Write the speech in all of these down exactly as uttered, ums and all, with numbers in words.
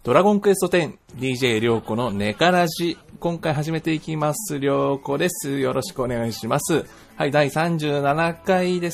ドラゴンクエストテン ディージェー りょうこのネカラジ、今回始めていきます。りょうこです。よろしくお願いします。はい、だいさんじゅうななかいです。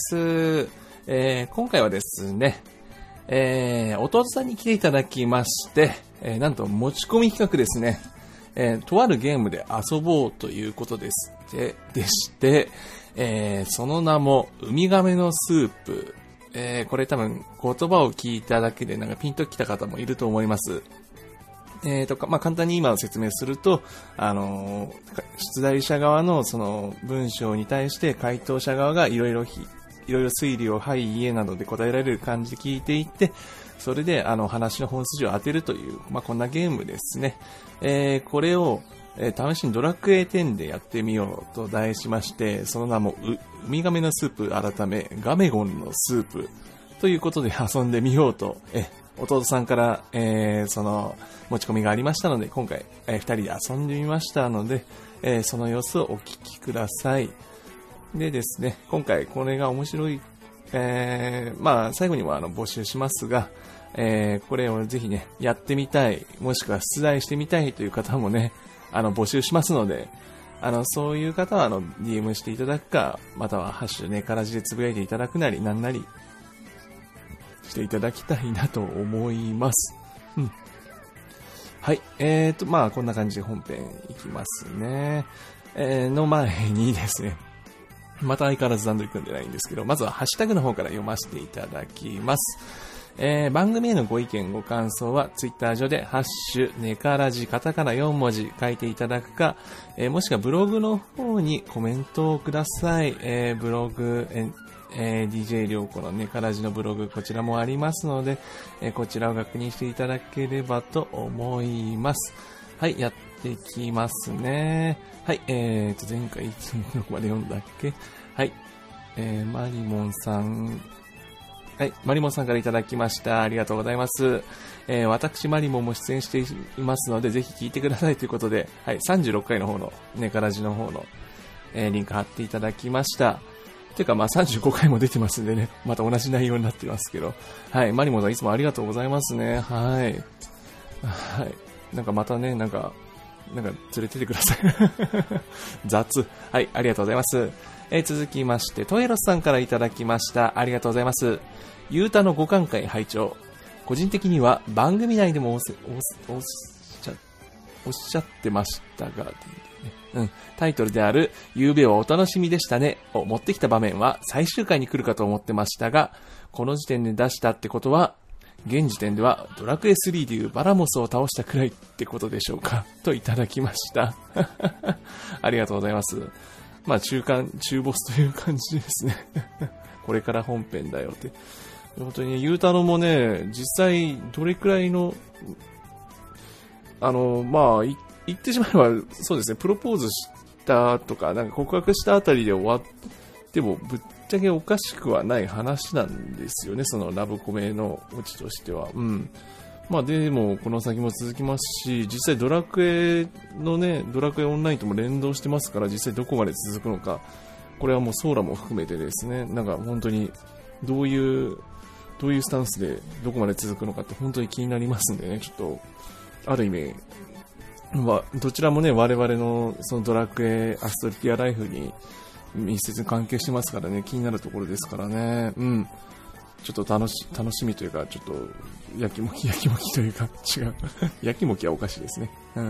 えー、今回はですね、えー、弟さんに来ていただきまして、えー、なんと持ち込み企画ですね。えー、とあるゲームで遊ぼうということですで、でして、えー、その名もウミガメのスープ。えー、これ多分言葉を聞いただけでなんかピンときた方もいると思います。えーとか、まあ、簡単に今を説明すると、あのー、出題者側のその文章に対して回答者側がいろいろいろいろ推理をはい、いえなどで答えられる感じで聞いていって、それであの話の本筋を当てるという、まあ、こんなゲームですね。えー、これを、えー、試しにドラクエテンでやってみようと題しまして、その名もウミガメのスープ改めガメゴンのスープということで遊んでみようと、え弟さんから、えー、その持ち込みがありましたので、今回、えー、ふたりで遊んでみましたので、えー、その様子をお聞きください。でですね、今回これが面白い、えー、まあ最後にもあの募集しますが、えー、これをぜひねやってみたい、もしくは出題してみたいという方もね、あの募集しますので、あのそういう方はあの ディーエム していただくか、またはハッシュネカラジでつぶやいていただくなりなんなりしていただきたいなと思います。うん。はい、えーとまあこんな感じで本編いきますね。えー、の前にですね。また相変わらず段取り組んでないんですけど、まずはハッシュタグの方から読ませていただきます。えー、番組へのご意見ご感想はツイッター上でハッシュネカラジカタカナよんもじ書いていただくか、えー、もしくはブログの方にコメントをください。えー、ブログ、えーえー、ディージェー りょうこのネカラジのブログ、こちらもありますので、えー、こちらを確認していただければと思います。はい、やっていきますね。はい、えーと、前回いつのどこまで読んだっけ？はい、えー、マリモンさん、はい、マリモンさんからいただきました。ありがとうございます。えー、私、マリモンも出演していますので、ぜひ聞いてくださいということで、はい、さんじゅうろっかいの方の、ネカラジの方の、えー、リンク貼っていただきました。てか、まあ、さんじゅうごかいも出てますんでね、また同じ内容になってますけど、はい、マリモンさんいつもありがとうございますね。はい。はい。なんかまたね、なんか、なんか連れててください。雑。はい、ありがとうございます。えー、続きまして、トエロスさんからいただきました。ありがとうございます。ゆうたのごかんかい拝聴。個人的には番組内でもおっしゃ、おっしゃってましたが、うん、タイトルであるゆうべはお楽しみでしたねを持ってきた場面は最終回に来るかと思ってましたが、この時点で出したってことは、現時点ではドラクエスリーでいうバラモスを倒したくらいってことでしょうか、といただきました。ありがとうございます。まあ中間、中ボスという感じですね。これから本編だよって。本当にゆうたろうもね、実際どれくらいの、あの、まあ、い言ってしまえばそうですね、プロポーズしたとか、なんか告白したあたりで終わってもぶっちゃけおかしくはない話なんですよね、そのラブコメのオチとしては。うん。まあでもこの先も続きますし、実際ドラクエのね、ドラクエオンラインとも連動してますから、実際どこまで続くのか、これはもうソーラも含めてですね、なんか本当にどういうどういうスタンスでどこまで続くのかって本当に気になりますんでね、ちょっとある意味、まあ、どちらもね、我々のそのドラクエアストリティアライフに密接に関係してますからね、気になるところですからね。うん。ちょっと楽し、楽しみというか、ちょっと、やきもき、やきもきというか、違う。やきもきはおかしいですね。うん。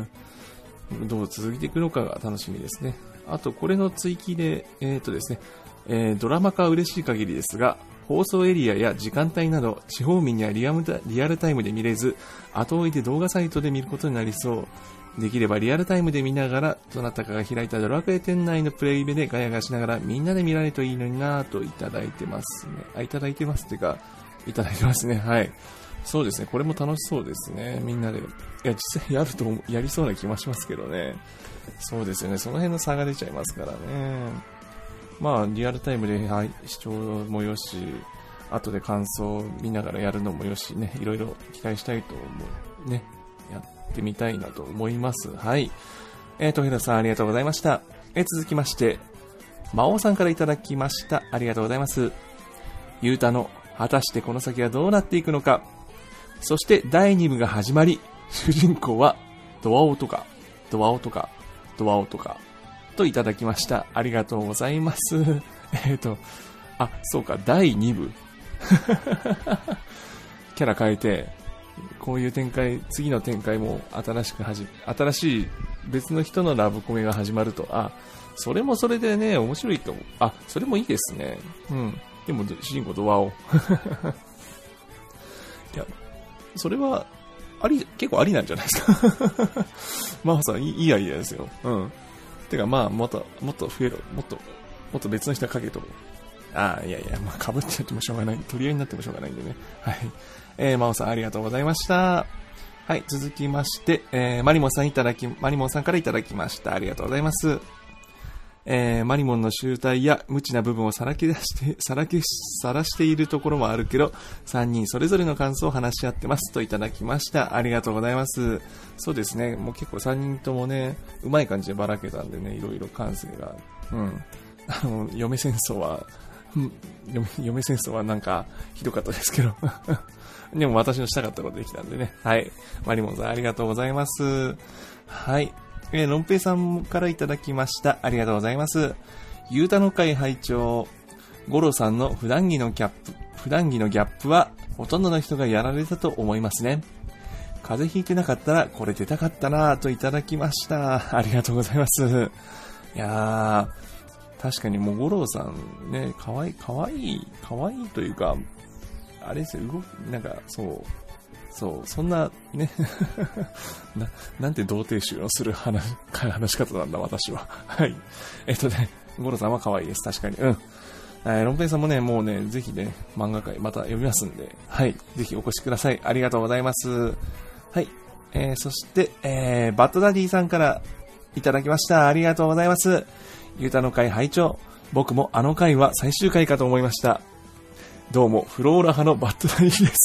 どう続いていくのかが楽しみですね。あと、これの追記で、えっとですね、えー、ドラマ化は嬉しい限りですが、放送エリアや時間帯など、地方民にはリアムリアルタイムで見れず、後追いで動画サイトで見ることになりそう。できればリアルタイムで見ながら、どなたかが開いたドラクエ店内のプレイベでガヤガヤしながらみんなで見られるといいのになぁといただいてますね。あ、いただいてますっていうか、いただいてますね。はい。そうですね。これも楽しそうですね。みんなで。いや、実際やると、やりそうな気もしますけどね。そうですよね。その辺の差が出ちゃいますからね。まあ、リアルタイムで、はい、視聴もよし、後で感想を見ながらやるのもよしね、いろいろ期待したいと思う。ね。やってみたいなと思います。はい。えーと、ひろさんありがとうございました。えー、続きまして、魔王さんからいただきました。ありがとうございます。ゆうたの、果たしてこの先はどうなっていくのか。そしてだいに部が始まり、 主人公はドアオとか、ドアオとか、ドアオとか、といただきました。ありがとうございます。えっと、あ、そうか、だいにぶ。キャラ変えて、こういう展開、次の展開も新しく始め、新しい別の人のラブコメが始まると、あ、それもそれでね、面白いかも。あ、それもいいですね。うん。でも、主人公ドアオ。いや、それは、あり、結構ありなんじゃないですか。まあさん、いい、いいアイデアですよ。うん。てか、まあ、もっと、もっと増えろ。もっと、もっと別の人がかけとる。ああ、いやいや、まあ、被っちゃってもしょうがない。取り合いになってもしょうがないんでね。はい。えー、まおさん、ありがとうございました。はい、続きまして、えー、マリモンさんいただき、マリモンさんからいただきました。ありがとうございます。えー、マリモンの集大や無知な部分をさらけ出して、さらけ、さらしているところもあるけど、さんにんそれぞれの感想を話し合ってますといただきました。ありがとうございます。そうですね、もう結構さんにんともね、うまい感じでばらけたんでね、いろいろ感性が、うん。あの、嫁戦争は、嫁、嫁戦争はなんか、ひどかったですけど。でも私のしたかったことできたんでね。はい。マリモンさんありがとうございます。はい。えー、ロンペイさんからいただきました。ありがとうございます。ゆうたの会拝聴。ゴロさんの普段着のギャップ、普段着のギャップはほとんどの人がやられたと思いますね。風邪ひいてなかったらこれ出たかったなぁといただきました。ありがとうございます。いやー、確かにもうゴロさんね、かわいい、かわいい、かわいいというか、あれですよ、動き、なんかそう、そう、そんな、ね、な、なんて童貞臭のする話、話し方なんだ、私は。はい。えっとね、ゴロさんは可愛いです、確かに。うん。えー、ロンペイさんもね、もうね、ぜひね、漫画界また読みますんで、はい。ぜひお越しください。ありがとうございます。はい。えー、そして、えー、バッドダディさんからいただきました。ありがとうございます。ゆうたの会拝聴。僕もあの回は最終回かと思いました。どうも、フローラ派のバッドダディです。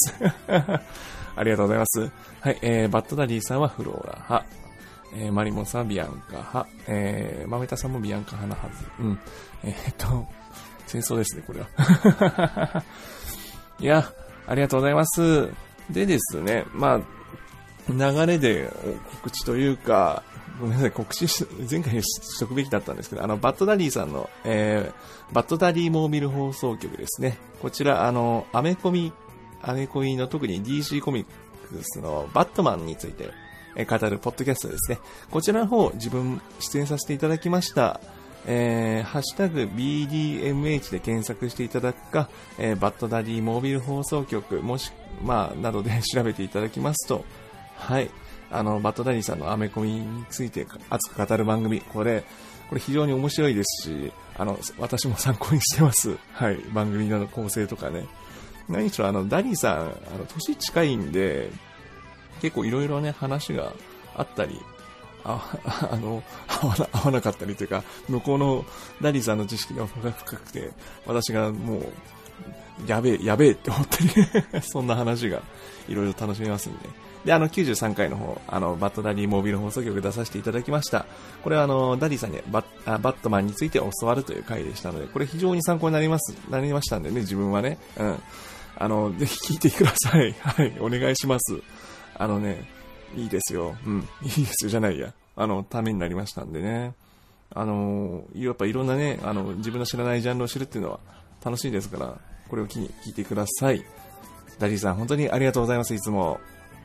ありがとうございます。はい、えー、バッドダディさんはフローラ派。えー、マリモンさんはビアンカ派。えー、マメタさんもビアンカ派なはず。うん。えー、っと、戦争ですね、これは。いや、ありがとうございます。でですね、まあ、流れで告知というか、ごめんなさい、告知し、前回しとくべきだったんですけど、あの、バッドダディさんの、えー、バッドダディモービル放送局ですね。こちら、あの、アメコミ、アメコミの特に ディーシー コミックスのバットマンについて、えー、語るポッドキャストですね。こちらの方、自分出演させていただきました。えー、ハッシュタグ ビーディーエムエイチ で検索していただくか、えー、バッドダディモービル放送局、もし、まあ、などで調べていただきますと、はい。あの、バッドダディさんのアメコミについて熱く語る番組、これ、これ非常に面白いですし、あの、私も参考にしてます。はい。番組の構成とかね。何しろ、あの、ダディさん、あの、年近いんで、結構いろいろね、話があったり、あ、あの、合わな、合わなかったりというか、向こうのダディさんの知識が深くて、私がもう、やべえ、やべえって思ったり、そんな話がいろいろ楽しめますんで。で、あの、きゅうじゅうさんかいの方、あの、バッドダディモービル放送局出させていただきました。これはあの、ダディさんにバッ、あバットマンについて教わるという回でしたので、これ非常に参考になります、なりましたんでね、自分はね。うん。あの、ぜひ聞いてください。はい、お願いします。あのね、いいですよ。うん、いいですよじゃないや。あの、ためになりましたんでね。あの、やっぱいろんなね、あの、自分の知らないジャンルを知るっていうのは楽しいですから、これを機に聞いてください。ダディさん、本当にありがとうございます、いつも。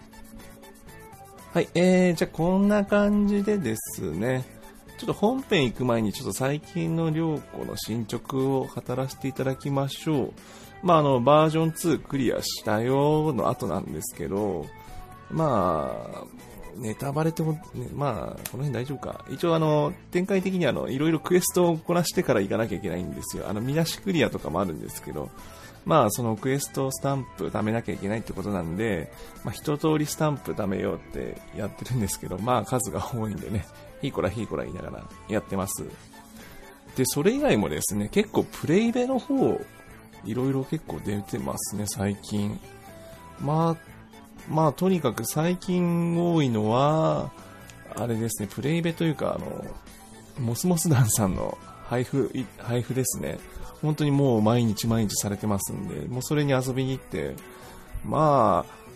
はい、えー、じゃあこんな感じでですね、ちょっと本編行く前にちょっと最近の良子の進捗を語らせていただきましょう。まあ、あの、バージョンツークリアしたよの後なんですけど、まあ、ネタバレっても、ね、まあ、この辺大丈夫か。一応あの、展開的にあの、いろいろクエストをこなしてから行かなきゃいけないんですよ。あの、見出しクリアとかもあるんですけど、まあ、そのクエストスタンプ貯めなきゃいけないってことなんで、まあ、一通りスタンプ貯めようってやってるんですけど、まあ、数が多いんでね、ヒーコラヒーコラ言いながらやってます。で、それ以外もですね、結構プレイベの方、いろいろ結構出てますね、最近。まあ、まあ、とにかく最近多いのは、あれですね、プレイベというか、あの、モスモス団さんの配布、配布ですね。本当にもう毎日毎日されてますんで、もうそれに遊びに行って、まあ、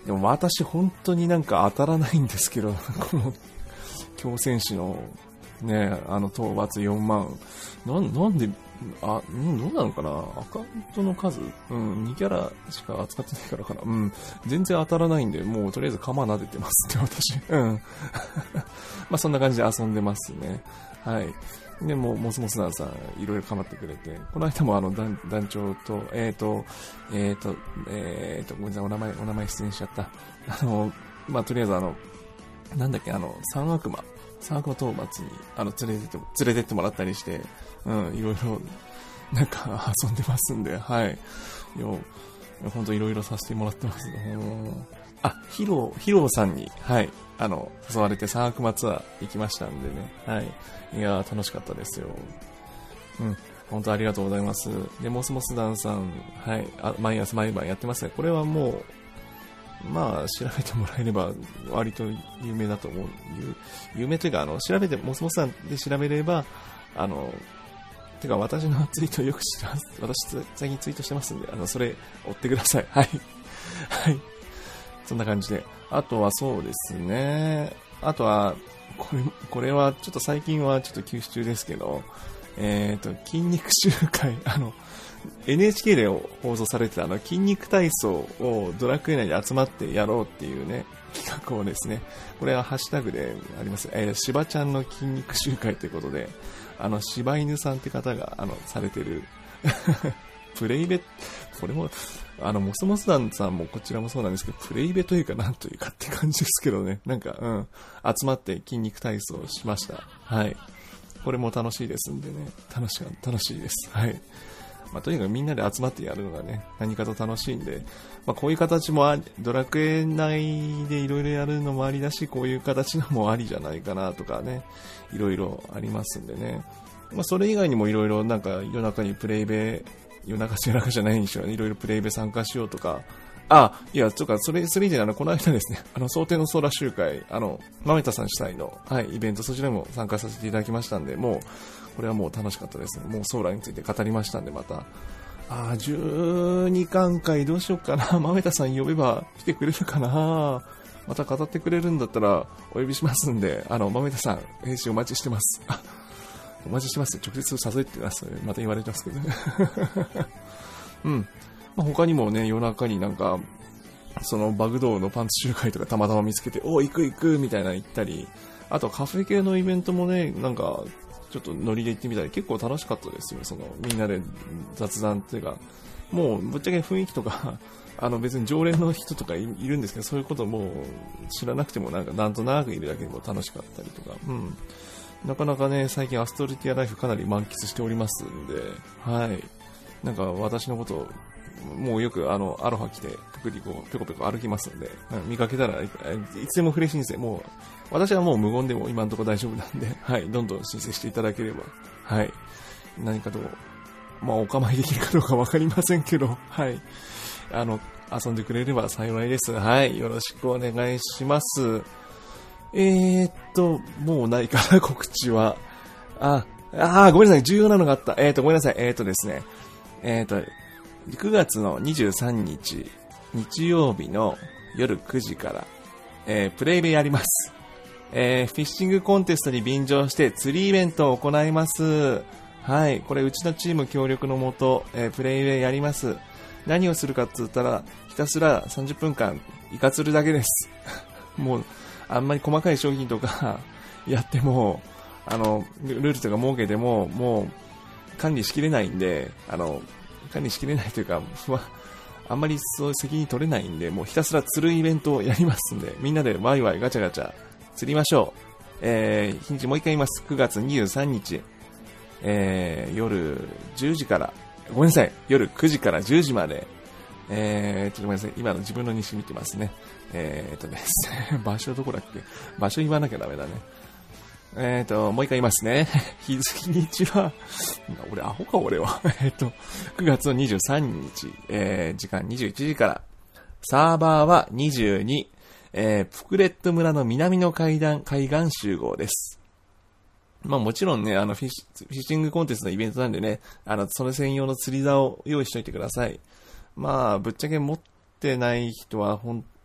でも私本当になんか当たらないんですけど、この強戦士のね、あの討伐よんまん、な、なんで、あ、うん、どうなのかな、アカウントの数、うん、にキャラしか扱ってないからかな、うん、全然当たらないんで、もうとりあえず鎌撫でてますって私、うん。まあそんな感じで遊んでますね。はい。でも、モスモス団さん、いろいろ構ってくれて、この間もあの団、団長と、えっと、えっと、えっと、ごめんなさい、お名前、お名前出演しちゃった。あの、まあとりあえずあの、なんだっけ、あの、三悪魔。三悪魔討伐に、あの、連れてって、連れてってもらったりして、うん、いろいろ、なんか、遊んでますんで、はい。よ、ほんといろいろさせてもらってます。あ、ヒロ、ヒロさんに、はい、あの、誘われて三悪魔ツアー行きましたんでね、はい。いやー、楽しかったですよ。うん、本当ありがとうございます。で、モスモス団さん、はい、あ、毎朝毎晩やってますね。これはもう、まあ、調べてもらえれば、割と有名だと思う。有名というか、あの、調べて、モスモスさんで調べれば、あの、てか、私のツイートよく知ってます。私、最近ツイートしてますんで、あの、それ、追ってください。はい。はい。そんな感じで。あとはそうですね。あとは、これ、これは、ちょっと最近はちょっと休止中ですけど、えっと、筋肉集会、あの、エヌエイチケー で放送されてたあの筋肉体操をドラクエ内で集まってやろうっていうね、企画をですね、これはハッシュタグであります。えー、しばちゃんの筋肉集会ということで、あの、柴犬さんって方が、あの、されてる、プレイベ、これも、あの、モスモス団さんもこちらもそうなんですけど、プレイベというかなんというかって感じですけどね、なんか、うん、集まって筋肉体操をしました。はい。これも楽しいですんでね、楽しい、楽しいです。はい。まあ、とにかくみんなで集まってやるのがね、何かと楽しいんで、まあ、こういう形もあり、ドラクエ内でいろいろやるのもありだし、こういう形のもありじゃないかなとかね、いろいろありますんでね。まあ、それ以外にもいろいろなんか夜中にプレイベ、夜中夜中じゃないにしろ、いろいろプレイベ参加しようとか、あ、いや、とか、それ、それ以前あの、この間ですね、あの、蒼天の空集会、あの、まめたさん主催の、はい、イベント、そちらにも参加させていただきましたんで、もう、これはもう楽しかったですね。もうソーラーについて語りましたんで、また。あー、じゅうにかんかいどうしようかな。まめたさん呼べば来てくれるかな。また語ってくれるんだったらお呼びしますんで、あの、まめたさん、返信お待ちしてます。あ、お待ちしてます。直接誘えてください。また言われてますけどね。うん。まあ、他にもね、夜中になんか、そのバグドーのパンツ集会とかたまたま見つけて、おー、行く行くみたいな言ったり、あとカフェ系のイベントもね、なんか、ちょっとノリで行ってみたり、結構楽しかったですよ。その、みんなで雑談っていうか、もうぶっちゃけ雰囲気とか、あの別に常連の人とか い, いるんですけど、そういうことも知らなくてもなんかなんとなくいるだけでも楽しかったりとか、うん。なかなかね、最近アストルティアライフかなり満喫しておりますんで、はい。なんか私のことを、もうよくあの、アロハ着て、ぷくりこう、ぺこぺこ歩きますんで、うん、見かけたらいつでもフレ申請、もう、私はもう無言でも今のところ大丈夫なんで、はい、どんどん申請していただければ、はい、何かと、まあ、お構いできるかどうかわかりませんけど、はい、あの、遊んでくれれば幸いです。はい、よろしくお願いします。えーっと、もうないかな、告知は。あ、あー、ごめんなさい、重要なのがあった。えーっと、ごめんなさい、えーっとですね、えーっと、くがつのにじゅうさんにち、日曜日の夜くじから、えー、プレイベやります。えー、フィッシングコンテストに便乗して釣りイベントを行います。はい、これうちのチーム協力のもと、えー、プレイベやります。何をするかって言ったら、ひたすらさんじゅっぷんかんイカ釣るだけです。もう、あんまり細かい商品とかやっても、あの、ルールとか設けても、もう管理しきれないんで、あの、管理しきれないというか、あんまりそういう責任取れないんで、もうひたすら釣るイベントをやりますんで、みんなでワイワイガチャガチャ釣りましょう。えー、日にちもう一回言います。くがつにじゅうさんにち、えー、夜じゅうじから、ごめんなさい、夜くじからじゅうじまで、えー、ちょっとごめんなさい、今の自分の日誌見てますね。えーっとですね、場所どこだっけ？場所言わなきゃダメだね。えーと、もう一回言いますね。日付日にちは、俺アホか俺は。えーと、くがつのにじゅうさんにち、えー、時間にじゅういちじから、サーバーはにじゅうに、えー、プクレット村の南の海岸、海岸集合です。まあもちろんね、あのフィッシ、フィッシングコンテストのイベントなんでね、あの、それ専用の釣り竿を用意しといてください。まあ、ぶっちゃけ持ってない人はほん、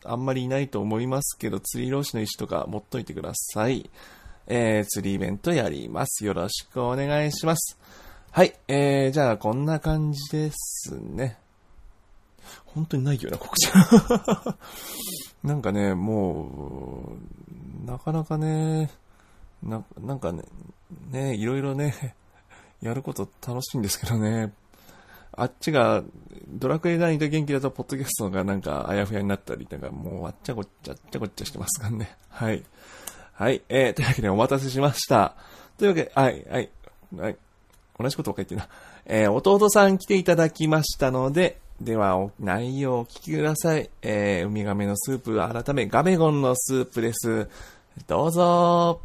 あんまりいないと思いますけど、釣り漁師の石とか持っといてください。えー、釣りイベントやります。よろしくお願いします。はい、えー、じゃあこんな感じですね。本当にないよな、告知。なんかね、もう、なかなかね、な、なんかね、ね、いろいろね、やること楽しいんですけどね。あっちが、ドラクエナインと元気だと、ポッドキャストがなんかあやふやになったり、なんかもうあっちゃこっちゃ、あっちゃこっちゃしてますからね。はい。はい。えー、というわけでお待たせしました。というわけで、はい、はい、はい。同じことを書いてるな。えー、弟さん来ていただきましたので、では、内容をお聞きください。えー、ウミガメのスープ、改め、ガメゴンのスープです。どうぞ。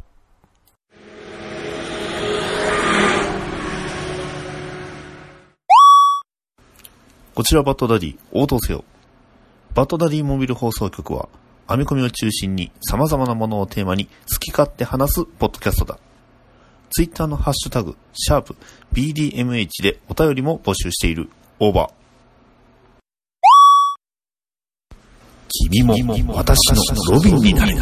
こちらバッドダディ、応答せよ。バッドダディモビル放送局は、編み込みを中心に様々なものをテーマに好き勝手話すポッドキャストだ。ツイッターのハッシュタグ、シャープ ビーディーエムエイチ でお便りも募集している。オーバー。君も私のロビンになれ。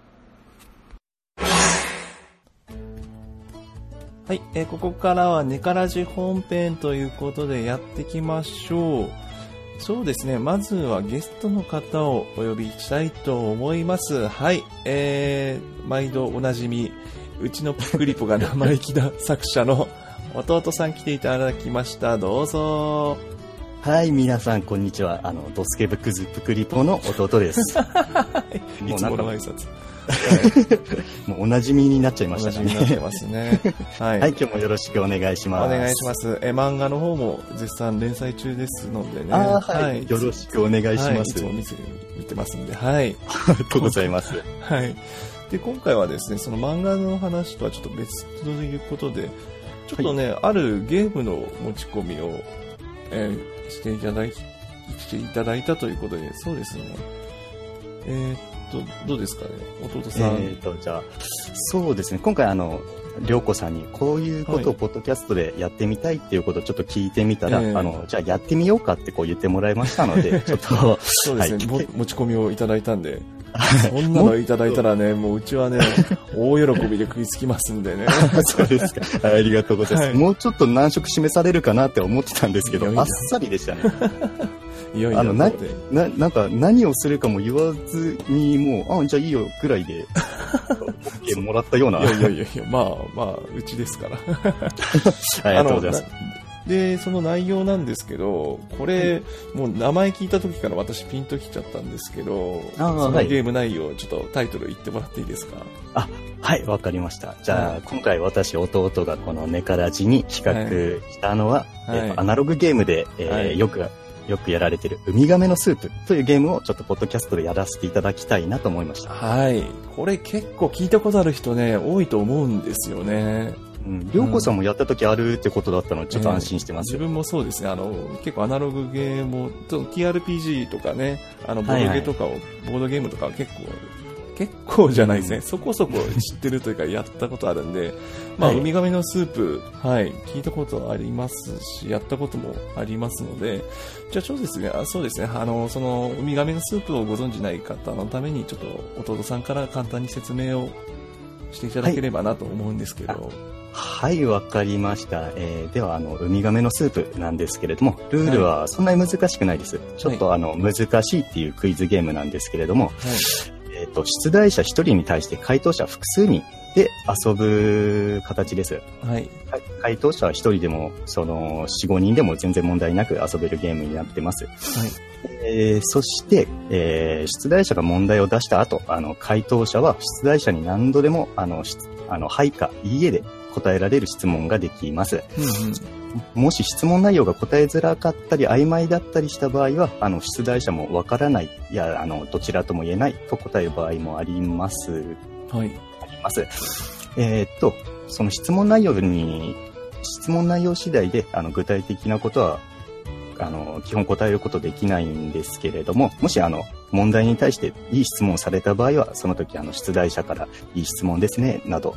はい、えー、ここからはネカラジ本編ということでやっていきましょう。そうですね、まずはゲストの方をお呼びしたいと思います。はい、えー、毎度おなじみ、うちのプクリポが生意気な作者の弟さん来ていただきました。どうぞ。 はい、皆さんこんにちは。あのドスケブクズプクリポの弟です。 いつもの挨拶。 もうおなじみになっちゃいましたね。 おなじみになってますね。はい、 はい、今日もよろしくお願いします。 お願いします。え漫画の方も絶賛連載中ですのでね。 あ、はい、はい、よろしくお願いします。はい、いつも見て見てますんで、はい。 ありがとうございます。 はい。で今回はですね、その漫画の話とはちょっと別ということで、ちょっとね、はい、あるゲームの持ち込みを、えー、していただいしていただいたということで、そうですね。えーどうですかね、弟さん。 えーと、じゃあ、そうですね、今回あの、りょうこさんにこういうことをポッドキャストでやってみたいっていうことをちょっと聞いてみたら、えー、あの、じゃあやってみようかってこう言ってもらいましたので、ちょっと。 そうですね、はい、持ち込みをいただいたんで、そんなのいただいたらね、もううちはね、大喜びで食いつきますんでね。 そうですか。ありがとうございます、はい。もうちょっと難色示されるかなって思ってたんですけど、あっさりでしたね。 いやいやあのなななんか何をするかも言わずにもうあじゃあいいよぐらいでもらったような。 いやいやいやいや、まあまあうちですから。 ありがとうございます。 でその内容なんですけど、これ、うん、もう名前聞いた時から私ピンときちゃったんですけど、そのゲーム内容、はい、ちょっとタイトル言ってもらっていいですか。 あ、はいわかりました。じゃあ、はい、今回私弟がこのネカラジに企画したのは、はいえー、アナログゲームで、えーはい、よくよくやられているウミガメのスープというゲームをちょっとポッドキャストでやらせていただきたいなと思いました。 はい。これ結構聞いたことある人ね、多いと思うんですよね。 うん。りょうこさんもやった時あるってことだったので、ちょっと安心してます、 えー。自分もそうですね。あの、結構アナログゲームを、ティーアールピージー とかね、あの、ボードゲとかを、はいはい、ボードゲームとか結構、結構じゃないですね、うん、そこそこ知ってるというかやったことあるんで、まあ、はい、ウミガメのスープ、はい、聞いたことありますし、やったこともありますので、じゃあちょっとですね、あそうですね、あの、そのウミガメのスープをご存じない方のために、ちょっと弟さんから簡単に説明をしていただければなと思うんですけど。 はい、わ、はい、かりました。えー、では、あの、ウミガメのスープなんですけれども、ルールはそんなに難しくないです。はい、ちょっとあの、難しいっていうクイズゲームなんですけれども、はいえっと、出題者一人に対して回答者複数人で遊ぶ形です。 はい。 回答者は一人でも、その、よん、ごにんでも全然問題なく遊べるゲームになってます。はい。えー、そして、えー、出題者が問題を出した後、あの、回答者は出題者に何度でも、あの、あの、はいかいいえで答えられる質問ができます。うんうんもし質問内容が答えづらかったり曖昧だったりした場合は、あの、出題者もわからない、いや、あの、どちらとも言えないと答える場合もあります。 はい。 あります。えー、っと、その質問内容に、質問内容次第で、あの、具体的なことは、あの、基本答えることできないんですけれども、もし、あの、問題に対していい質問をされた場合は、その時、あの、出題者からいい質問ですね、など、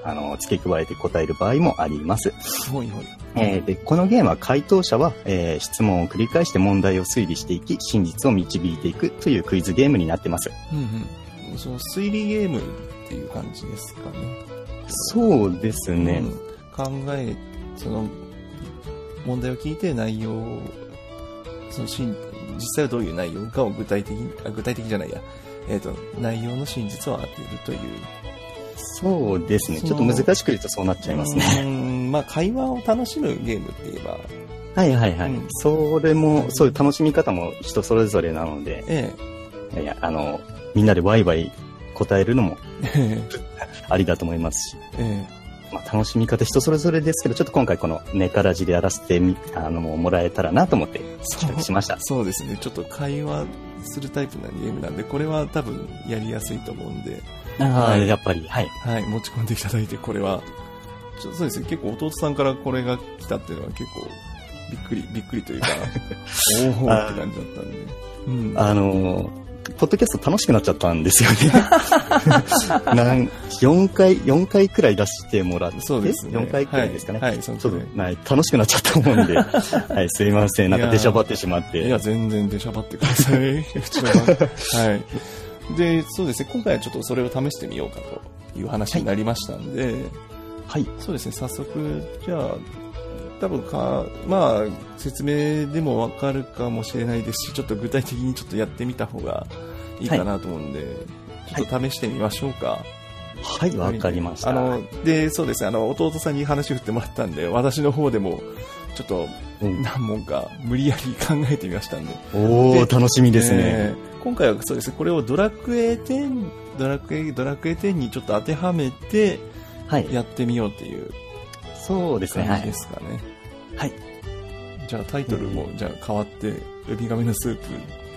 あの、付け加えて答える場合もあります。 ほいほい。 えー、で、このゲームは回答者は、えー、質問を繰り返して問題を推理していき、真実を導いていくというクイズゲームになってます。 うんうん。その推理ゲームっていう感じですかね。 そうですね。 うん、考え、その、問題を聞いて内容を、その真、実際はどういう内容かを具体的に、あ、具体的じゃないや、えっと、内容の真実を当てるという。 そうですね。ちょっと難しく言うとそうなっちゃいますね。 うん、まあ、会話を楽しむゲームって言えば。 はいはいはい。 うん、 それも、そういう楽しみ方も人それぞれなので、 ええ、いや、あの、みんなでワイワイ答えるのもありだと思いますし、 えまあ、楽しみ方人それぞれですけど、ちょっと今回このネカラジでやらせてみ、あの、もらえたらなと思って企画しました。 そうですね。ちょっと会話するタイプなゲームなんで、これは多分やりやすいと思うんで。 ああ、 はい、 やっぱり、はい。 はい、持ち込んでいただいて、これは、ちょそうですね、結構弟さんからこれが来たっていうのは結構、びっくり、びっくりというか、おおーって感じだったんで。うん、 あのー、ポッドキャスト楽しくなっちゃったんですよね。なんよんかい、よんかいくらい出してもらって、 そうですね。 よんかいくらいですかね。 はい、はい、 ちょっと、はい、楽しくなっちゃったと思うんで、はい、すいません。なんか出しゃばってしまって。 いや、全然出しゃばってください。はい。で、そうですね、今回はちょっとそれを試してみようかという話になりましたんで、 はい。 そうですね、早速、じゃあ、多分か、まあ、説明でもわかるかもしれないですし、ちょっと具体的にちょっとやってみた方がいいかなと思うんで、はい、ちょっと試してみましょうか。 はい、わ、はい、かりました。 あの、で、そうですね、あの、弟さんに話振ってもらったんで、私の方でも、ちょっと、何問か無理やり考えてみましたんで。 おー、楽しみですね、 えー。今回はそうですね、これをドラクエテン、ドラクエ、ドラクエテンにちょっと当てはめて、やってみようっていう、 そうですね、 感じですかね。 はい。 じゃあタイトルも、じゃあ変わって、ウミガメのスープ。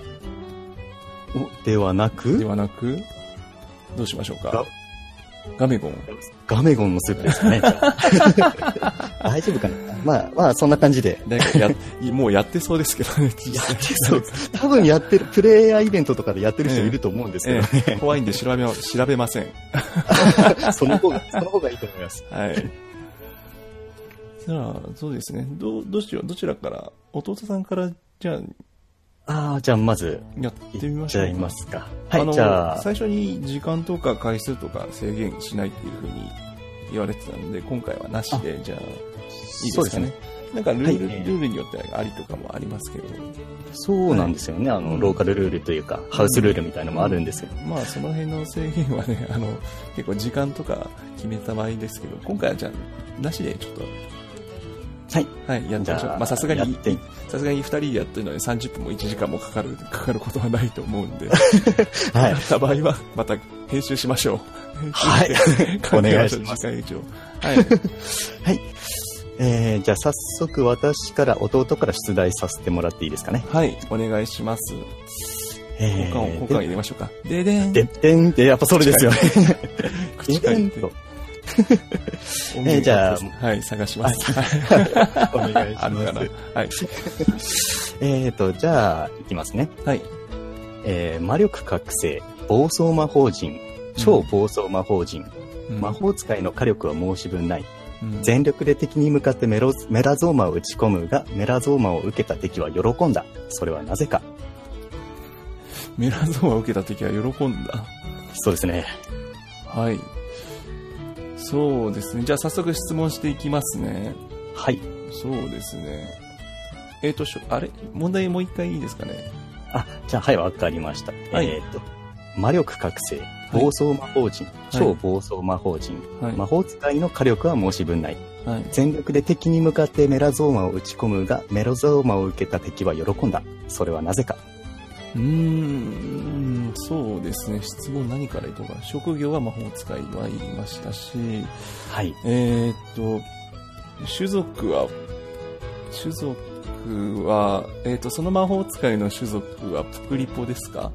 お、ではなくではなく、どうしましょうか。ガメゴン。 ガメゴンのスープですかね。大丈夫かな。まあ、まあ、そんな感じで。 なんかや、もうやってそうですけどね。 やってそう。多分やってる、プレイヤーイベントとかでやってる人いると思うんですけどね。 ええええ、怖いんで調べ、調べません。 その方が、その方がいいと思います。 はい。じゃあ、そうですね。どう、どうしよう。どちらから、弟さんから、じゃあ、 ああ、じゃあまず、 やってみましょうか。 やっちゃいますか。はい、じゃあ。 最初に時間とか回数とか制限しないっていうふうに言われてたので、今回はなしで、じゃあ、いいですかね。なんかルール、はい、ルールによってはありとかもありますけど。 そうなんですよね。あの、うん、ローカルルールというか、ハウスルールみたいなのもあるんですよ。 うん、まあ、その辺の制限はね、あの、結構時間とか決めた場合ですけど、今回はじゃあ、なしでちょっと、 はい。 はい、やってみましょう。まあ、さすがに、さすがにふたりでやってるのでさんじゅっぷんもいちじかんもかかる、かかることはないと思うんで。はい。やった場合は、また編集しましょう。 はい。お願いします。 時間以上。はい。 はい。えー、じゃあ早速私から弟から出題させてもらっていいですかね。 はい。お願いします。 えー、 交換を、交換入れましょうか。ででん。 ででんって、やっぱそれですよね。 口書いて。 えー、じゃあ、 はい、探します。 お願いします。 あるかな。はい。 えっと、じゃあ、いきますね。 はい。 えー、魔力覚醒、暴走魔法陣、超暴走魔法陣、うん、魔法使いの火力は申し分ない。うん、全力で敵に向かってメロメラゾーマを打ち込むが、メラゾーマを受けた敵は喜んだ。それはなぜか。 メラゾーマを受けた敵は喜んだ。 そうですね。 はい。そうですね。じゃあ早速質問していきますね。 はい。 そうですね。えっ、ー、と、あれ問題もう一回いいですかね。 あ、じゃあ、はい、わかりました。はい、えっ、ー、と、魔力覚醒、暴走魔法陣、はい、超暴走魔法陣、はい、魔法使いの火力は申し分ない。はい、全力で敵に向かってメラゾーマを打ち込むが、メラゾーマを受けた敵は喜んだ。それはなぜか。 うーん、そうですね。質問何からいこうか。職業は魔法使いは言いましたし、 はい。 えー、っと、種族は、種族は、えー、っと、その魔法使いの種族はプクリポですか？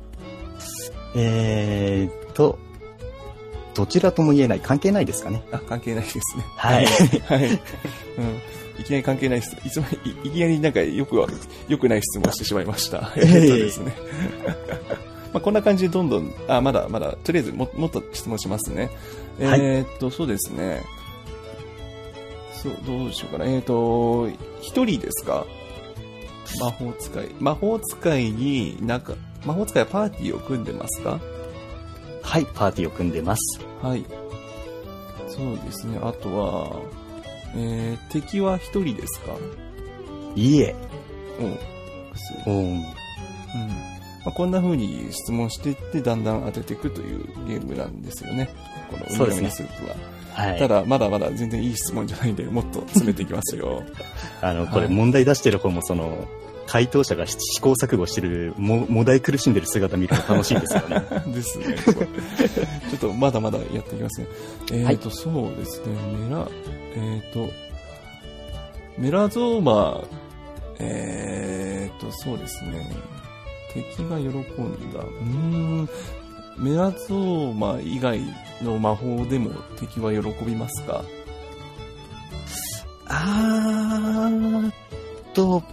えーっと、どちらとも言えない。関係ないですかね。 あ、関係ないですね。 はい。 はい。うん。いきなり関係ない質問。いつもい、いきなりなんかよくは、よくない質問をしてしまいました。えっとですね。 まあ、こんな感じでどんどん、あ、まだまだ、とりあえずももっと質問しますね。 はい、 えー、っと、そうですね。そう、どうしようかな。えー、っと、一人ですか？魔法使い。魔法使いになんか、魔法使いはパーティーを組んでますか？ はい、パーティーを組んでます。 はい。そうですね。あとは、えー、敵は一人ですか？ いいえ。 おう。 おう。 うん。まあ、こんな風に質問していってだんだん当てていくというゲームなんですよね。このウニガミスープは。 はい。 ただ、まだまだ全然いい質問じゃないんで、もっと詰めていきますよ。 あの、これ問題出してる方もその、回答者が試行錯誤してる、も、もだい苦しんでる姿見ると楽しいですよね。 ですね。ちょっとまだまだやっていきますね。えっ、ー、と、はい、そうですね。メラ、えっ、ー、と、メラゾーマ、えっ、ー、と、そうですね。敵が喜んだ。うーん。メラゾーマ以外の魔法でも敵は喜びますか？ あーと、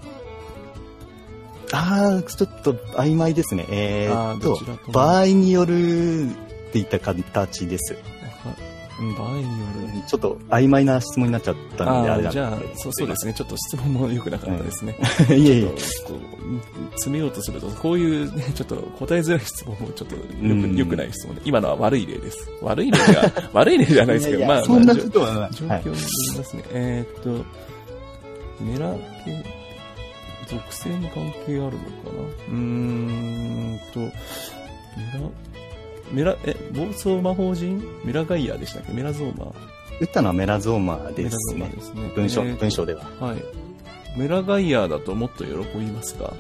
あー、ちょっと曖昧ですね。えーっと、場合によるっていった形です。 場合による。 ちょっと曖昧な質問になっちゃったので、あれだじゃあそう、そうですね。ちょっと質問も良くなかったですね。 うん、いえいえ。 詰めようとすると、こういうね、ちょっと答えづらい質問もちょっと良く、良くない質問で、今のは悪い例です。悪い例が、悪い例じゃないですけど、いやいやまあ、 そんなことはない。 状況によりますね。はい、えー、っと、メラ系、属性に関係あるのかな？うーんと、メラ、メラ、え、暴走魔法陣メラガイアでしたっけ？メラゾーマ。 打ったのはメラゾーマですね。ですね。文章、えー、文章では。 はい。メラガイアだともっと喜びますか？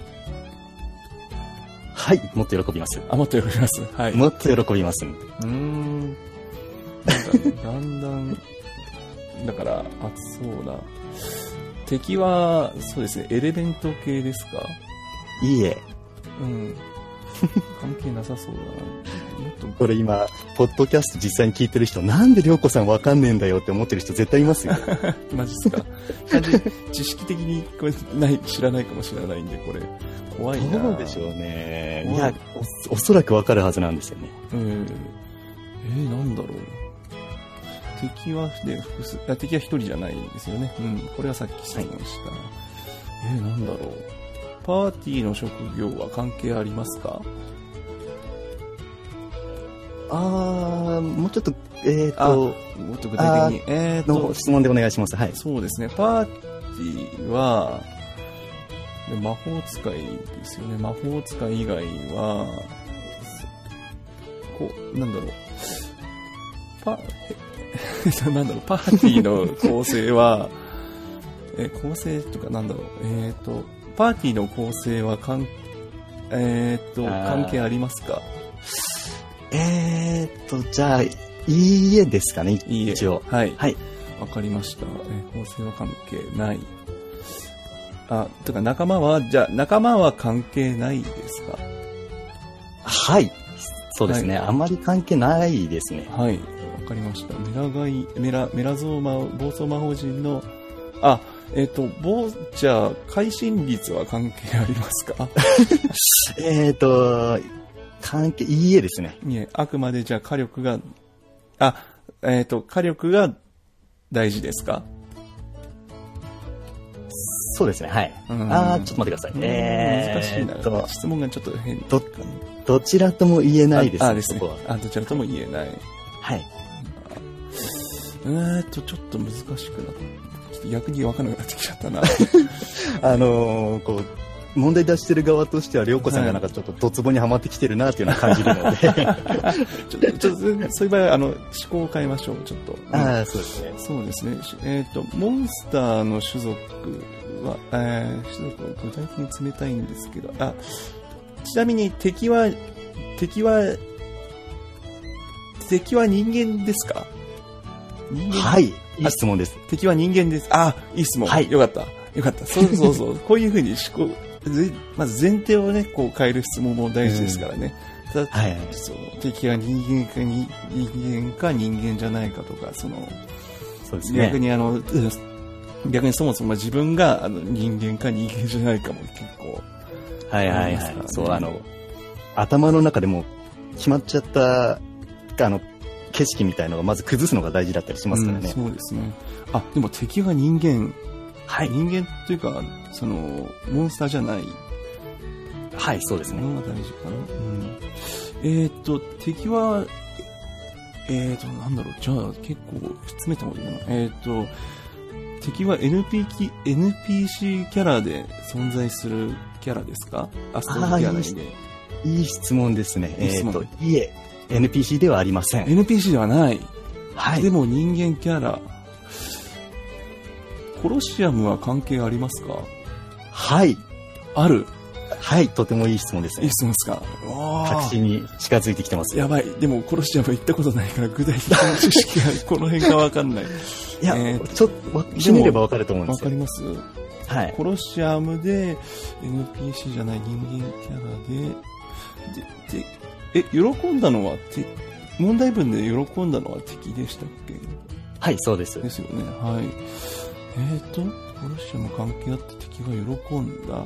はい、もっと喜びます。 あ、もっと喜びます。はい。 もっと喜びます。うーん。なんか、だんだん、だから、熱そうな。敵は、そうですね、エレメント系ですか？ いいえ。 うん。関係なさそうだな。もっとこれ今、ポッドキャスト実際に聞いてる人、なんでりょうこさんわかんねえんだよって思ってる人絶対いますよ。 マジっすか？単純に知識的にこれない、知らないかもしれないんで、これ。怖いな。 どうでしょうね。いやお、おそらくわかるはずなんですよね。 えー、えー、なんだろう。敵は、ね、複数、あ、敵は一人じゃないんですよね。うん。これはさっき質問した。はい、えー、なんだろう。パーティーの職業は関係ありますか？ あー、もうちょっと、えーと、 もっと具体的に。えーと、 質問でお願いします。はい。 そうですね。パーティーは、魔法使いですよね。魔法使い以外は、こう、なんだろう。パ、なんだろう、パーティーの構成は、え、構成とかなんだろう、えっと、パーティーの構成はかん、えっと、関係ありますか？ えーっと、じゃあ、いいえですかね、 いいえ。 一応。 はい。 はい。 わかりました。えー、構成は関係ない。あ、とか仲間は、じゃあ、仲間は関係ないですか？ はい。そうですね。はい、あまり関係ないですね。 はい。わかりました。メラガイ、メラ、メラゾーマ、暴走魔法陣の、あ、えっ、ー、と、ボー、じゃあ、会心率は関係ありますか？ えっと、関係、いいえですね。 いえ、あくまでじゃあ火力が、あ、えっ、ー、と、火力が大事ですか？ そうですね、はい。あー、ちょっと待ってください。えー、 難しいな。と質問がちょっと変。 ど、どちらとも言えないです。 あ、あですね。あ、どちらとも言えない。 はい。 えーっと、ちょっと難しくなって、逆に分からなくなってきちゃったな。 あのー、こう、問題出してる側としては、りょうこさんがなんかちょっとドツボにはまってきてるなっていうような感じるので。ちょっと、ちょっと、そういう場合は、あの、思考を変えましょう、ちょっと。 ああ、そうですね。 そうですね。えーっと、モンスターの種族は、えー、種族は具体的に冷たいんですけど、あ、ちなみに敵は、敵は、敵は人間ですか？ 人間？はい。いい質問です。 敵は人間です。あ、いい質問。はい。よかった。よかった。そうそうそう。こういうふうに思考、まず前提をね、こう変える質問も大事ですからね。ただ、はいはい、そう敵は人間かに人間か人間じゃないかとか、その、 そうですね。 逆にあの、逆にそもそも自分があの人間か人間じゃないかも結構、 はいはいはい。そう、あの、 頭の中でも決まっちゃった、あの、景色みたいのがまず崩すのが大事だったりしますからね。 うん、そうですね。あ、でも敵は人間。 はい。 人間というか、その、モンスターじゃない。 はい、そうですね。 のが大事かな。うん。えっと、敵は、えっと、なんだろう、じゃあ結構詰めた方がいいかな。えっと、敵は エヌピー キ、エヌピーシー キャラで存在するキャラですか？アストロキャラ内で。 いい質問ですね。 いい質問。 えっと、いえ、エヌピーシー ではありません。 エヌピーシー ではない。 はい。 でも人間キャラ。コロシアムは関係ありますか？ はい。 ある。 はい、とてもいい質問ですね。 いい質問ですか？ 確信に近づいてきてます。 やばい。でもコロシアム行ったことないから具体的な知識がこの辺がわかんない。 いや、えー、ちょっと、してみればわかると思うんですよ。 わかります？ はい。 コロシアムで エヌピーシー じゃない人間キャラで、で、で、え、喜んだのは、て、問題文で喜んだのは敵でしたっけ？ はい、そうです。 ですよね。はい。えーと、コロシアム関係あって敵が喜んだ。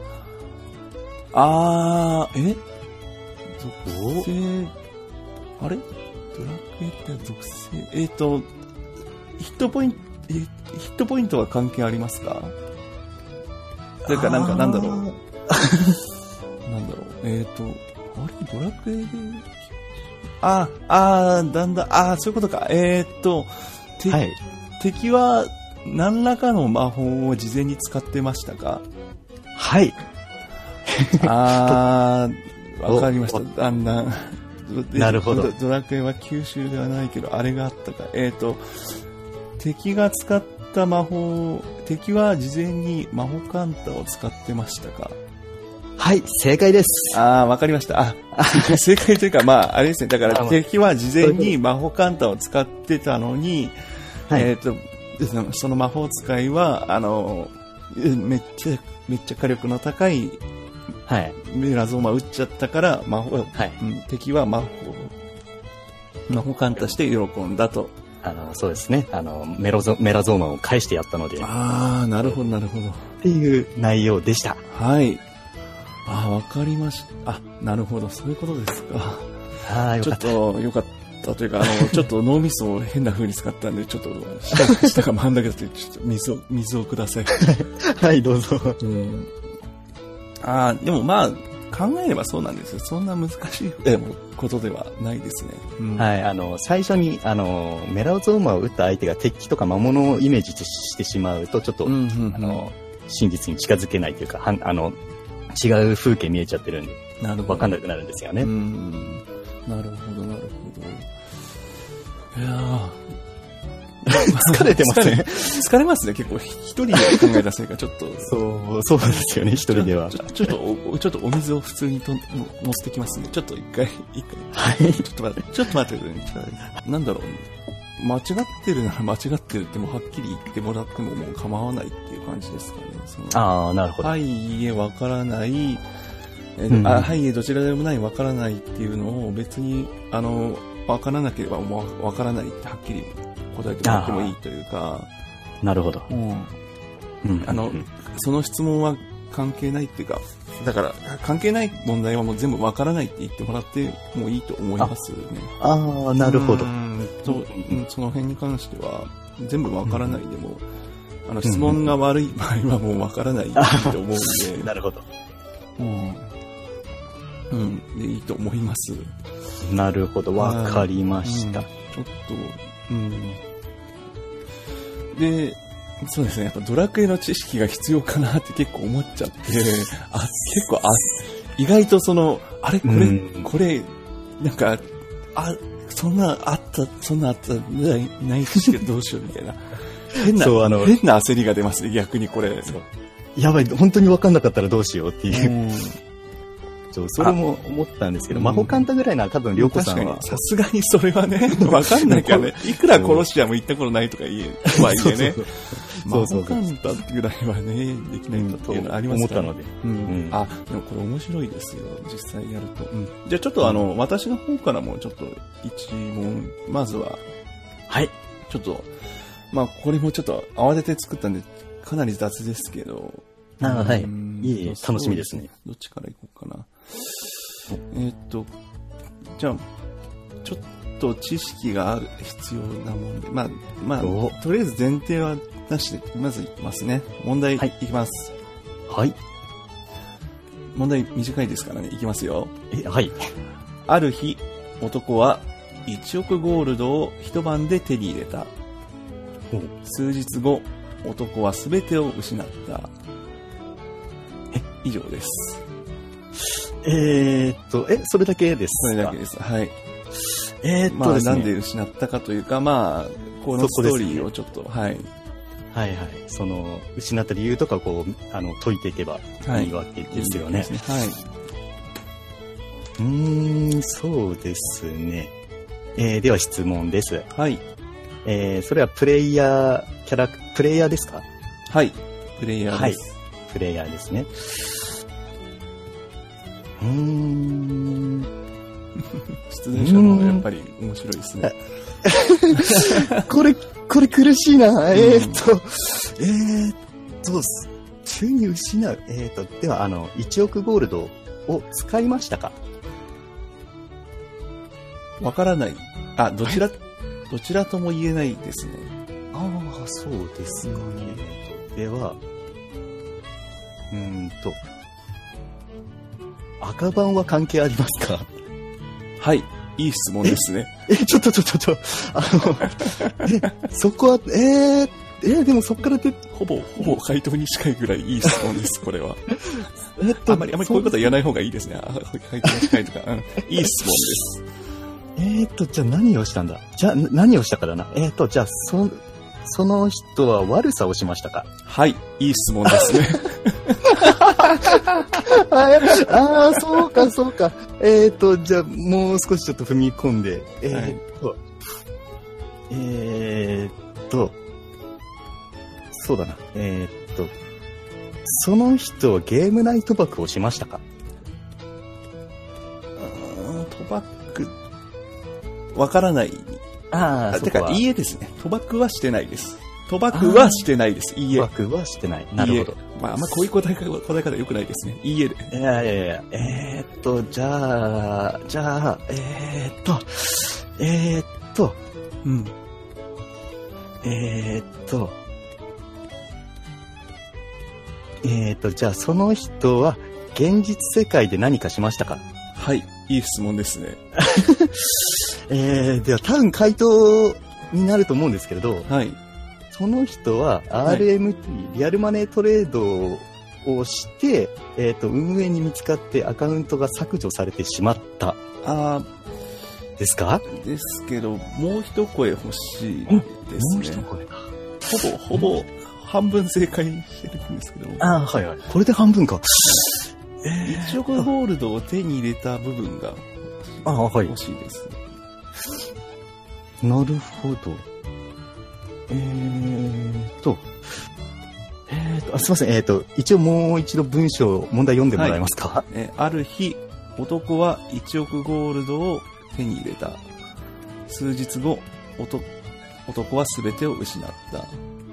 あー、え属性、あれドラクエって属性、えーと、ヒットポイント、え、ヒットポイントは関係ありますか？というか、なんか、なんだろう。なんだろう。えーと、あれドラクエで、あー、あー、だんだん、あー、そういうことか。えーと、て、はい、敵は何らかの魔法を事前に使ってましたか？ はい。 あー、わかりました。だんだん。 なるほど。 ドラクエは九州ではないけど、あれがあったか。えーと、敵が使った魔法、敵は事前に魔法カンタを使ってましたか？ はい、正解です。 あー、わかりました。あ、正解というか、まあ、あれですね。だから敵は事前に魔法カンタを使ってたのに、はい、えーと、その魔法使いは、あの、めっちゃ、めっちゃ火力の高い、はい。メラゾーマ撃っちゃったから、魔法、はい。うん、敵は魔法、魔法カンタして喜んだと。 あの、そうですね。あの、メロゾ、メラゾーマを返してやったので。 ああ、なるほど、なるほど。 っていう内容でした。 はい。ああ、わかりました。あ、なるほど、そういうことですか。 ああ、よかった。 ちょっと、よかったというか、あの、ちょっと脳みそを変な風に使ったんで、ちょっと、下、下が真ん中で、ちょっと水を、水をください。 はい、どうぞ。 うん。ああ、でもまあ、考えればそうなんですよ。そんな難しいことではないですね。 うん、はい、あの、最初に、あの、メラゾーマを撃った相手が敵とか魔物をイメージしてしまうと、ちょっと、うんうんうん、あの、真実に近づけないというか、はあの、違う風景見えちゃってるんで、なるほど。わかんなくなるんですよね。うん。 なるほど、なるほど。いやー。 疲れてますね。 疲れますね、結構。一人で考え出せるから、ちょっと。 そう、そうなんですよね、一人では。 ちょちょっとお、ちょっとお水を普通にと乗せてきますね。ちょっと一回、一回。 はい。 ちょっと待って、ちょっと待ってください。なんだろう。間違ってるなら間違ってるってもはっきり言ってもらってももう構わないっていう感じですかね。 そのああ、なるほど。 はい、いいえ、わからない。えーうん、あはい、いえ、どちらでもない、わからないっていうのを別に、あの、わからなければもうわからないってはっきり答えてもらってもいいというか。 なるほど。 うん。うん、あの、うん、その質問は関係ないっていうか、だから関係ない問題はもう全部わからないって言ってもらってもいいと思いますね。 ああ、なるほど。 うんと、うん、その辺に関しては全部わからないでも、うん、あの質問が悪い場合はもうわからないって思うんで。 なるほど。 うん。うん、でいいと思います。 なるほど、わかりました。うん、 ちょっと、うん。で、そうですね、やっぱドラクエの知識が必要かなって結構思っちゃって、あ、結構、あ、意外とその、あれこれ、うん、これ、なんか、あ、そんなあった、そんなあった、ないない知識どうしようみたいな。変な、そうあの変な焦りが出ますね、逆にこれ。 やばい、本当に分かんなかったらどうしようっていう。うんそう、それも思ったんですけど、魔法カンタぐらいなら多分、りょうこさんは。 さすがにそれはね、わかんないからね。いくらコロシアム行ったことないとか言え、はいえね。魔法カンタぐらいはね、できないんだっていうのありますから。 思ったので。 うん。あ、でもこれ面白いですよ、実際やると。うん。じゃあちょっとあの、私の方からもちょっと一問、まずは。 はい。 ちょっと、まあこれもちょっと慌てて作ったんで、かなり雑ですけど。 あはい。いい、楽しみですね。 どっちから行こうかな。 えー、っと、じゃあ、ちょっと知識がある必要なもんで、まあ、まあ、とりあえず前提はなしで、まずいきますね。問題いきます。 はい。 問題短いですからね、いきますよ。 え、はい。 ある日、男はいちおくゴールドを一晩で手に入れた。数日後、男は全てを失った。え、以上です。 えーっと、え、それだけですか？ それだけです。はい。 えーっとですね。 まあ、なんで失ったかというか、まあ、このストーリーをちょっと、はい。 はいはい。その、失った理由とか、こう、あの、解いていけばいいわけですよね。はい。 はい、 うーん、そうですね。えー、では質問です。 はい。 えー、それはプレイヤー、キャラク、プレイヤーですか？ はい。プレイヤーです。 はい。プレイヤーですね。うーん。 出題者もやっぱり面白いですね。 これ、これ苦しいな。えー、っと、えー、っと、手に失う。えー、っと、では、あの、いちおくゴールドを使いましたか？ わからない。あ、どちら、どちらとも言えないですね。 ああ、そうですかね。うん、では、うーんと、赤番は関係ありますか？ はい。いい質問ですね。 え、えちょっとちょっとちょっと、あの、え、そこは、えー、えー、でもそこからで、 ほぼ、ほぼ回答に近いぐらいいい質問です、これは。えっと、あんまり、あんまりこういうことは言わない方がいいですね。回答に近いとか、うん。いい質問です。 えーと、じゃあ何をしたんだ？じゃあ何をしたからな？えーと、じゃあ、そ、その人は悪さをしましたか？ はい、いい質問ですね。 ああ、そうか、そうか。えーと、じゃあ、もう少しちょっと踏み込んで、えーと、はい、えーと、そうだな、えーと、その人はゲーム内賭博をしましたか？ うーん、賭博、わからない。 ああ、 てか、いいえですね。賭博はしてないです。賭博はしてないです。いいえ。 賭博はしてない。なるほど。 まあ、あんまこういう答え方、答え方良くないですね。いいえで。 いやいやいや、えー、っと、じゃあ、じゃあ、えー、っと、えー、っと、 うん。 えー、っと、えー、っと、じゃあ、その人は、現実世界で何かしましたか？ はい、いい質問ですね。 えー、では多分回答になると思うんですけれど、 はい。 その人は アールエムティー、はい、リアルマネートレードをして、えっと、運営に見つかってアカウントが削除されてしまった。 あー、ですか？ ですけど、もう一声欲しいですね。 もう一声だ。 ほぼ、ほぼ、半分正解してるんですけど。 あー、はいはい。これで半分か。 いちおくゴールドを手に入れた部分が欲しいです。 なるほど。えーと、えーと、あ、すいません。えーと、一応もう一度文章、問題読んでもらえますか？ はい、えある日、男はいちおくゴールドを手に入れた。数日後、男、男は全てを失った。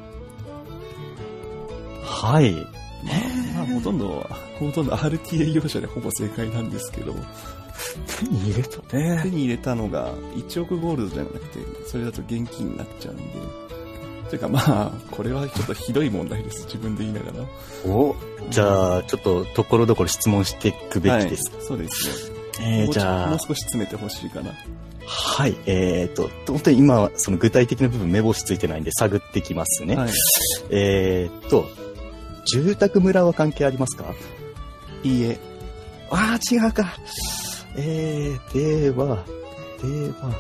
はい。 まあ、まあ、ほとんど、ほとんど アールティーエー 業者でほぼ正解なんですけど。 手に入れたね。 手に入れたのがいちおくゴールドじゃなくて、それだと現金になっちゃうんで。というかまあ、これはちょっとひどい問題です。自分で言いながら。 お、じゃあ、ちょっとところどころ質問していくべきです。 はい、そうですね。えー、じゃあ。 もう少し詰めてほしいかな。 はい。えーと、本当に今はその具体的な部分目星ついてないんで探ってきますね。はい、えーと、住宅村は関係ありますか？ いいえ。 ああ、違うか。えー、では、では、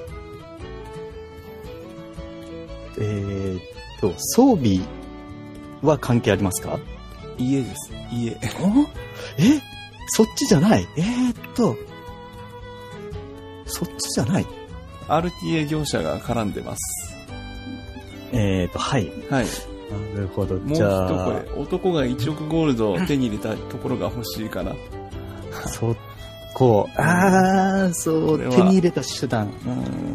えーと、装備は関係ありますか？ いいえです。いいえ。 え？そっちじゃない。えーっと、そっちじゃない。 アールティーエー 業者が絡んでます。 えーと、はい。 はい。 なるほど。 もう一声。男がいちおくゴールドを手に入れたところが欲しいかな。 そこ。あー、そう、手に入れた手段。うん、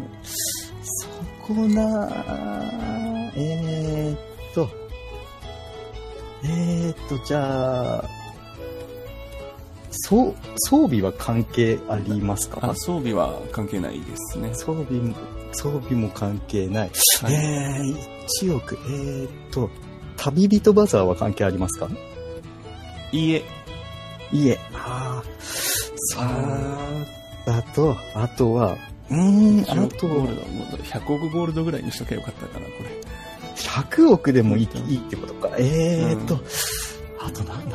そこなー。えーっと、えーっと、じゃあ、 装装備は関係ありますか？ あ、装備は関係ないですね。 装備も、装備も関係ない。はい、えー、いちおく。えーっと、旅人バザーは関係ありますか？ いいえ。 いいえ。ああ。さあ、だと、あとは、うーん、あと、 ゴールド、もうひゃくおくゴールドぐらいにしときゃよかったかな、これ。 ひゃくおくでもいい、いいってことか。えーっと、うん、あとなんだ。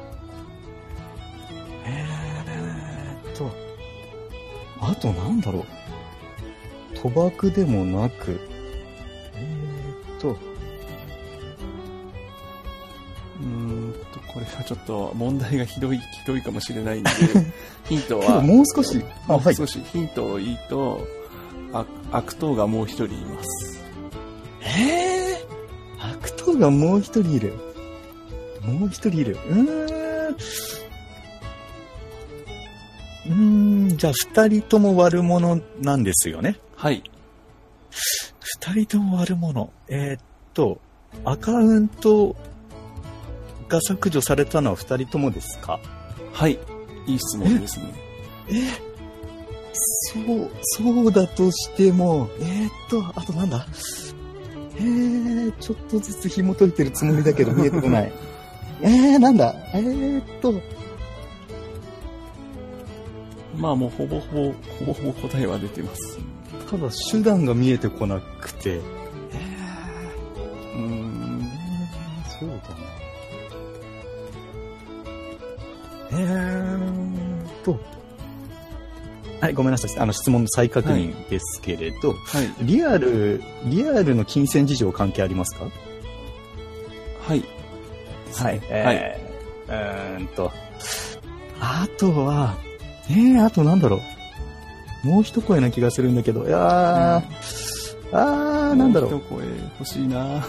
えーっと、あとなんだろう。賭博でもなく、えーっと、 うーんと、これはちょっと問題がひどい、ひどいかもしれないんで、ヒントは、 もう少し、 もう少しヒントを言うと、あ悪党がもう一人います。 えー、悪党がもう一人いる。もう一人いる。うーん。うーん、じゃあ二人とも悪者なんですよね。 はい。 二人とも悪者。えー、っと、アカウントが削除されたのは二人ともですか？ はい。いい質問ですね。 え、えそう、そうだとしても、えー、っと、あとなんだ？えー、ちょっとずつ紐解いてるつもりだけど見えてこない。えー、なんだ？えー、っと、 まあもうほぼほぼ、ほぼほぼ答えは出てます。 ただ手段が見えてこなくて。えー、うーん、 そうだな。えーっと、はい、ごめんなさい。あの質問の再確認ですけれど、はい、リアル、リアルの金銭事情関係ありますか？ はい。 はい。えー、はい、うーんと、あとは、えー、あとなんだろう。もう一声な気がするんだけど、いやー、うん、あー、なんだろう。 もう一声欲しいな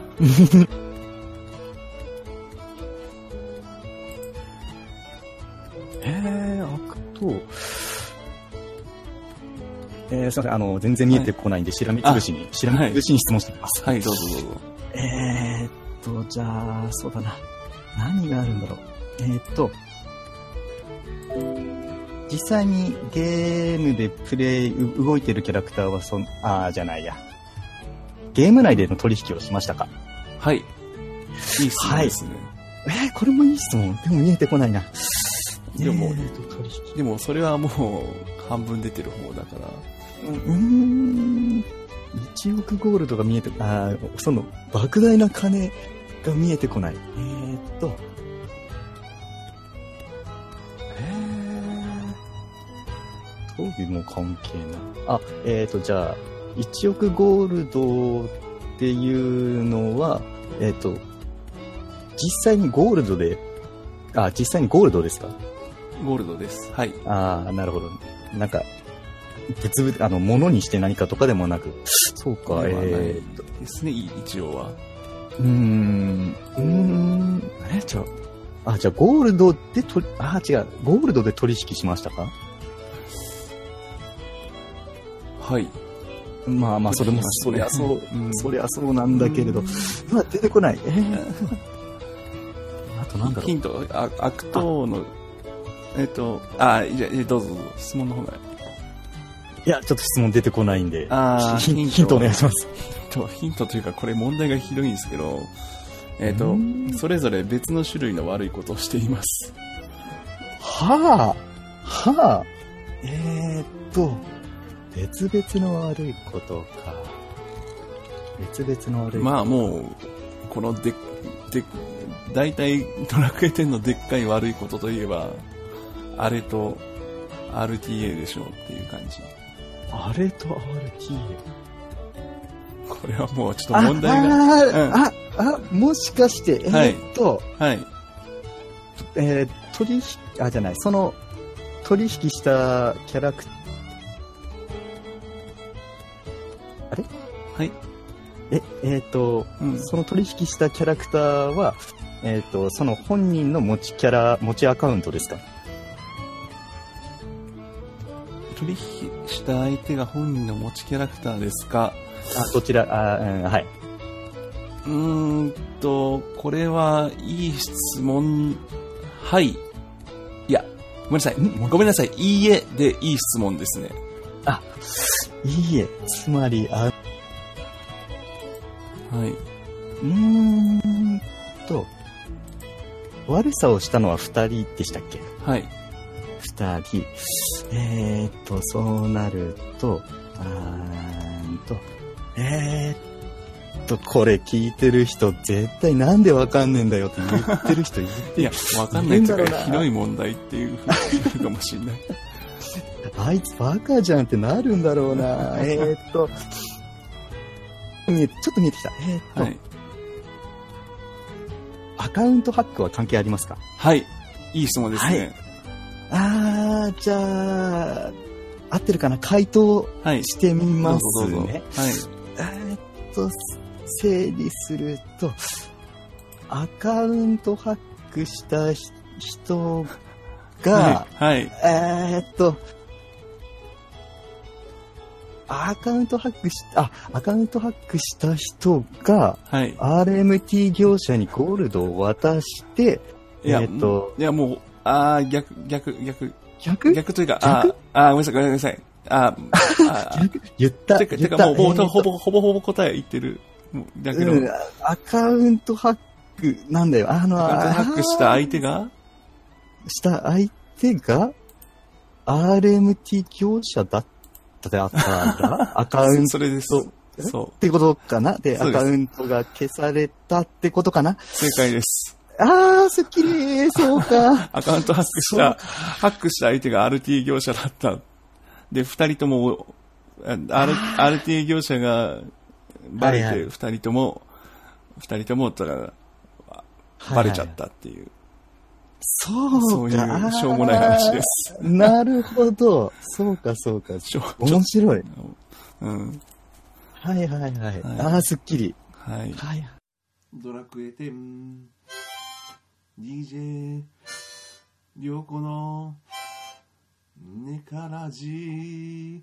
えー、悪党。えー、すみません、あの、全然見えてこないんで、しらみつぶしに、しらみつぶしに質問してきます。 はい、はい、どうぞどうぞ。 えーっと、じゃあ、そうだな。何があるんだろう。えー、っと、実際にゲームでプレイ、動いてるキャラクターはそん、あー、じゃないや。ゲーム内での取引をしましたか？ はい。いい質問ですね。 はい、えー、これもいい質問。でも見えてこないな。 でも、 えーと、取引。 でもそれはもう半分出てる方だから。 うーん。いちおくゴールドが見えて、あー、その、莫大な金が見えてこない。えーっと、装備も関係ない。あ、えーと、じゃあ、いちおくゴールドっていうのは、えーと、実際にゴールドで、あ、実際にゴールドですか？ ゴールドです。はい。 ああ、なるほど。なんか、物々、あの、物にして何かとかでもなく、そうか、えーと。 ですね、一応は。 うーん、うーん、え、じゃあ、あ、じゃあゴールドでと、あ、違う、ゴールドで取引しましたか？ はい。 まあまあ、それも、そりゃそう、うん、そりゃそうなんだけれど、まあ出てこない。えー、あとなんだろう。 ヒント、あ悪党の、えっと、あ、じゃあ、どうぞどうぞ、質問の方が。 いや、ちょっと質問出てこないんで、 あヒント、ヒントお願いします。 ヒント、ヒントというか、これ問題がひどいんですけど、えっと、それぞれ別の種類の悪いことをしています。 はあ、はあ、えー、っと、別々の悪いことか。別々の悪いこと。 まあもう、こので、で、大体ドラクエテンのでっかい悪いことといえば、あれと アールティーエー でしょうっていう感じ。 あれと アールティーエー？ これはもうちょっと問題が。 あ、 うん、 あ、あ、もしかして、えー、っと、 はい。はい、 えー、取引、あ、じゃない、その、取引したキャラクター、あれ？ はい。 え、えっ、ー、と、うん、その取引したキャラクターは、えっ、ー、と、その本人の持ちキャラ、持ちアカウントですか？ 取引した相手が本人の持ちキャラクターですか？ あ、どちら、あ、うん、はい。 うーんと、これはいい質問。はい。いや、 ごめんなさい。ごめんなさい。いいえでいい質問ですね。 あ、いいえ。つまり、あ、はい。 うーんと、悪さをしたのは二人でしたっけ？ はい。 二人。えーっと、そうなると、あーんと、えーっと、これ聞いてる人絶対なんでわかんねえんだよって言ってる人いていや、わかんないっていうか、ひどい問題っていうふうに言うかもしれない。 あいつバカじゃんってなるんだろうな。えーっと、見えちょっと見えてきた。えーっと、 はい。 アカウントハックは関係ありますか？ はい。いい質問ですね。 あー、じゃあ、合ってるかな？回答はい。 してみますね。 どうぞどうぞ。はい。 えーっと、整理すると、アカウントハックした人が、 はい。はい。 えーっと、アカウントハックし、あ、アカウントハックした人が、 はい。 アールエムティー 業者にゴールドを渡して、 いや、 えーっと、 いやもう、あー、逆、逆、逆、 逆逆というか、あー、あー、ごめんなさい、ごめんなさい。あー、あー、 逆言った。 てか、てか言ったもう、もう、 えーっとほぼ、ほぼほぼ答え言ってる。もうだけど、 うん、アカウントハック、なんだよ、あの、 アカウントハックした相手がした相手が、アールエムティー 業者だったであったら、アカウント、 それです。そう。 ってことかなで、 そうですアカウントが消されたってことかな正解です。 あー、すっきり、そうか。 アカウントハックした、ハックした相手が アールティー 業者だった。で、二人とも、アール、アールティー 業者がバレて、二人とも、二人とも、たら、バレちゃったっていう。 そうか。 そういうしょうもない話です。 なるほど。そうか、そうか。面白い。 うん。 はいはいはい。はい、ああ、すっきり。 はい。 はい。 ドラクエテン、ディージェー、りょうこの、ネカラジー。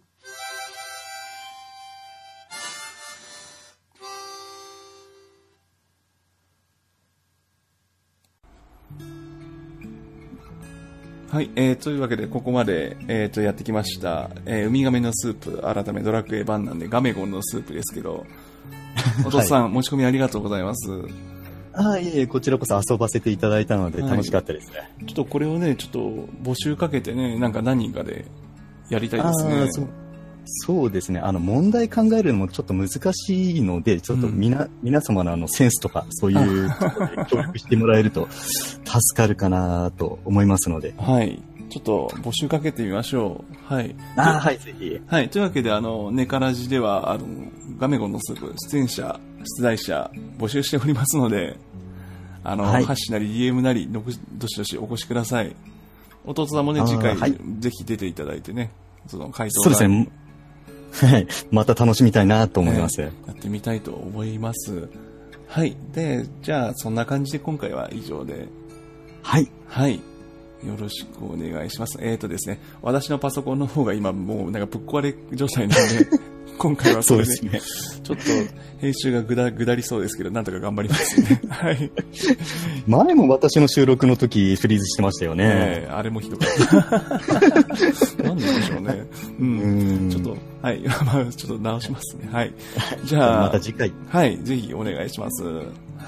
はい、えー、というわけでここまで、えー、とやってきました、えー、ウミガメのスープ改めドラクエ版なんでガメゴンのスープですけどお父さん、はい、持ち込みありがとうございます。 ああ、いえいえ、こちらこそ遊ばせていただいたので楽しかったですね、はい、 ちょっとこれをねちょっと募集かけてねなんか何人かでやりたいですね。 そう、そうですね。あの問題考えるのもちょっと難しいのでちょっとみな、うん、皆様のあのセンスとかそういう教育してもらえると助かるかなと思いますので、 はい、ちょっと募集かけてみましょう。はい。 あ、はい、ぜひ。 はい。というわけで、あの、ネカラジでは、あの、ガメゴンのスープ、出演者、出題者、募集しておりますので、あの、はい、ハッシュなり ディーエム なり、どしどしお越しください。弟さんもね、次回、はい、ぜひ出ていただいてね、その回答そうですね。はい。また楽しみたいなと思います、 ね。やってみたいと思います。はい。で、じゃあ、そんな感じで今回は以上で。 はい。 はい。よろしくお願いします。えーとですね、私のパソコンの方が今もうなんかぶっ壊れ状態なので、今回はそれで、ね、ちょっと編集がぐだぐだりそうですけど、なんとか頑張りますね。はい。 前も私の収録の時フリーズしてましたよね。 ねあれもひどかった。なんででしょうね。うん。うんちょっと、はい。まあちょっと直しますね。はい。じゃあ、 また次回。 はい。ぜひお願いします。 はい。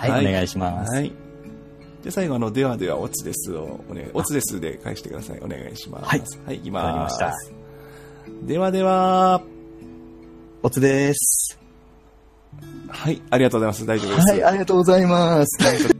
はい、お願いします。 はい。で最後あのではではオツですをお願いオツですで返してください。お願いします。 はい、 はい、いきます。ではではオツです。 はい、ありがとうございます。大丈夫です。 はい、ありがとうございます。